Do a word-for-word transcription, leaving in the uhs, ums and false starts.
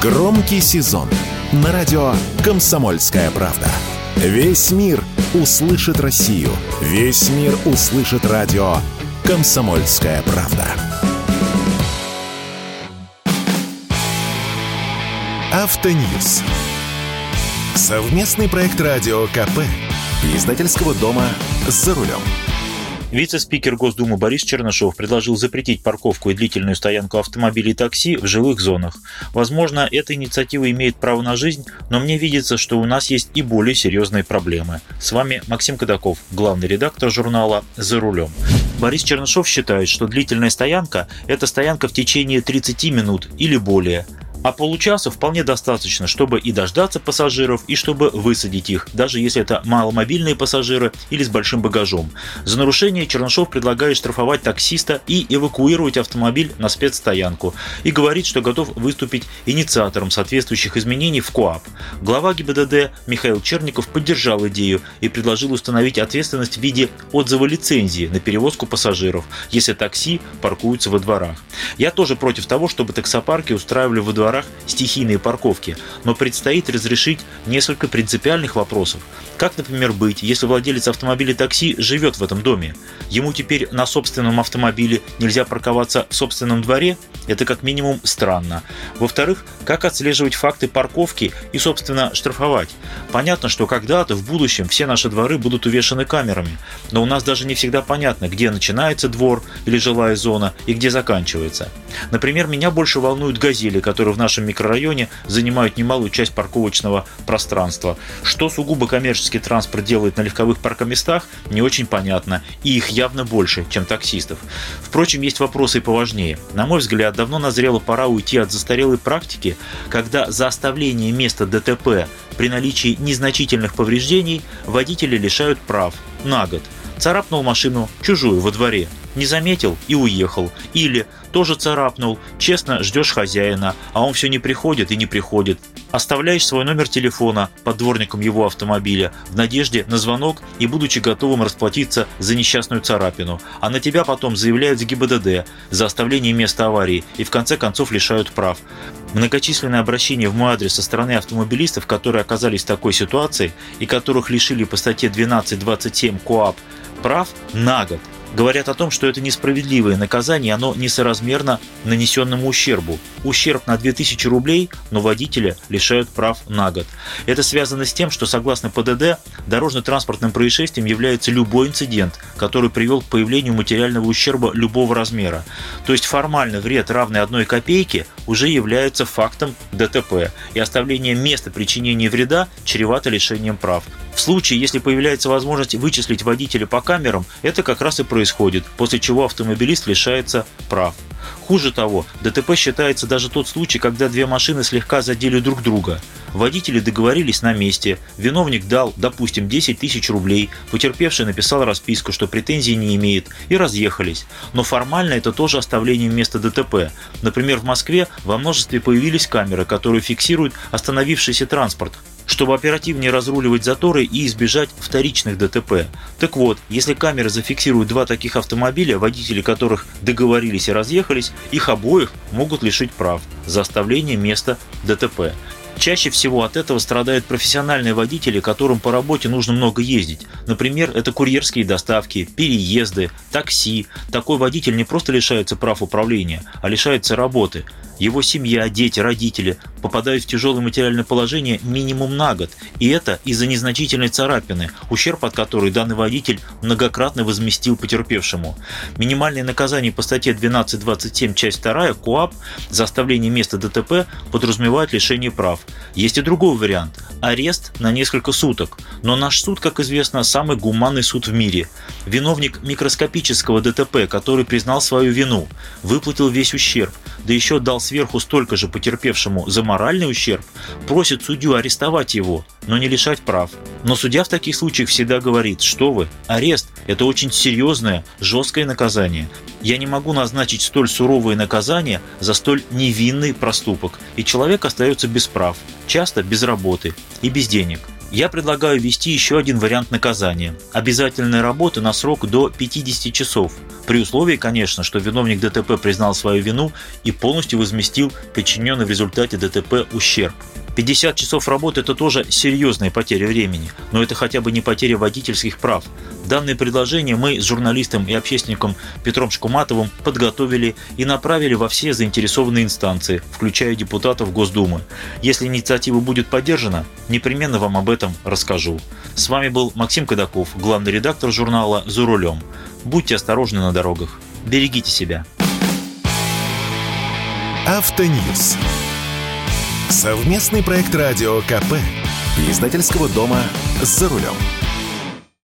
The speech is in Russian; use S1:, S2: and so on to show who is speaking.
S1: Громкий сезон на радио «Комсомольская правда». Весь мир услышит Россию. Весь мир услышит радио «Комсомольская правда». Автоньюз. Совместный проект радио КП и издательского дома «За рулем».
S2: Вице-спикер Госдумы Борис Чернышов предложил запретить парковку и длительную стоянку автомобилей и такси в жилых зонах. Возможно, эта инициатива имеет право на жизнь, но мне видится, что у нас есть и более серьезные проблемы. С вами Максим Кадаков, главный редактор журнала «За рулем». Борис Чернышов считает, что длительная стоянка – это стоянка в течение тридцати минут или более. А получаса вполне достаточно, чтобы и дождаться пассажиров, и чтобы высадить их, даже если это маломобильные пассажиры или с большим багажом. За нарушение Чернышов предлагает штрафовать таксиста и эвакуировать автомобиль на спецстоянку. И говорит, что готов выступить инициатором соответствующих изменений в КоАП. Глава ГИБДД Михаил Черников поддержал идею и предложил установить ответственность в виде отзыва лицензии на перевозку пассажиров, если такси паркуются во дворах. Я тоже против того, чтобы таксопарки устраивали во дворах стихийные парковки, но предстоит разрешить несколько принципиальных вопросов. Как, например, быть, если владелец автомобиля такси живет в этом доме? Ему теперь на собственном автомобиле нельзя парковаться в собственном дворе? Это как минимум странно. Во-вторых, как отслеживать факты парковки и, собственно, штрафовать? Понятно, что когда-то в будущем все наши дворы будут увешаны камерами, но у нас даже не всегда понятно, где начинается двор или жилая зона и где заканчивается. Например, меня больше волнуют газели, которые в нашем микрорайоне занимают немалую часть парковочного пространства. Что сугубо коммерческий транспорт делает на легковых паркоместах, не очень понятно, и их явно больше, чем таксистов. Впрочем, есть вопросы и поважнее. На мой взгляд, давно назрела пора уйти от застарелой практики, когда за оставление места ДТП при наличии незначительных повреждений водители лишают прав на год. Царапнул машину чужую во дворе, не заметил и уехал. Или тоже царапнул, честно ждешь хозяина, а он все не приходит и не приходит. Оставляешь свой номер телефона под дворником его автомобиля в надежде на звонок и будучи готовым расплатиться за несчастную царапину. А на тебя потом заявляют в ГИБДД за оставление места аварии и в конце концов лишают прав. Многочисленные обращения в мой адрес со стороны автомобилистов, которые оказались в такой ситуации и которых лишили по статье двенадцать двадцать семь КоАП прав на год, говорят о том, что это несправедливое наказание, оно несоразмерно нанесенному ущербу. Ущерб на две тысячи рублей, но водителя лишают прав на год. Это связано с тем, что согласно ПДД, дорожно-транспортным происшествием является любой инцидент, который привел к появлению материального ущерба любого размера. То есть формально вред, равный одной копейке, уже является фактом ДТП, и оставление места причинения вреда чревато лишением прав. В случае, если появляется возможность вычислить водителя по камерам, это как раз и происходит, после чего автомобилист лишается прав. Хуже того, ДТП считается даже тот случай, когда две машины слегка задели друг друга. Водители договорились на месте, виновник дал, допустим, десять тысяч рублей, потерпевший написал расписку, что претензий не имеет, и разъехались. Но формально это тоже оставление места ДТП. Например, в Москве во множестве появились камеры, которые фиксируют остановившийся транспорт, чтобы оперативнее разруливать заторы и избежать вторичных ДТП. Так вот, если камеры зафиксируют два таких автомобиля, водители которых договорились и разъехались, их обоих могут лишить прав за оставление места ДТП. Чаще всего от этого страдают профессиональные водители, которым по работе нужно много ездить. Например, это курьерские доставки, переезды, такси. Такой водитель не просто лишается прав управления, а лишается работы. Его семья, дети, родители попадают в тяжелое материальное положение минимум на год. И это из-за незначительной царапины, ущерб от которой данный водитель многократно возместил потерпевшему. Минимальное наказание по статье двенадцать двадцать семь часть вторая КоАП за оставление места ДТП подразумевает лишение прав. Есть и другой вариант – арест на несколько суток. Но наш суд, как известно, самый гуманный суд в мире. Виновник микроскопического ДТП, который признал свою вину, выплатил весь ущерб, да еще дал сверху столько же потерпевшему за моральный ущерб, просит судью арестовать его, но не лишать прав. Но судья в таких случаях всегда говорит: что вы, арест – это очень серьезное, жесткое наказание. Я не могу назначить столь суровое наказание за столь невинный проступок, и человек остается без прав, часто без работы и без денег. Я предлагаю ввести еще один вариант наказания – обязательная работа на срок до пятидесяти часов, при условии, конечно, что виновник ДТП признал свою вину и полностью возместил причиненный в результате ДТП ущерб. пятьдесят часов работы – это тоже серьезная потеря времени, но это хотя бы не потеря водительских прав. Данное предложение мы с журналистом и общественником Петром Шкуматовым подготовили и направили во все заинтересованные инстанции, включая депутатов Госдумы. Если инициатива будет поддержана, непременно вам об этом расскажу. С вами был Максим Кадаков, главный редактор журнала «За рулем». Будьте осторожны на дорогах. Берегите себя.
S1: Автоньюз. Совместный проект радио ка пэ и издательского дома «За рулем».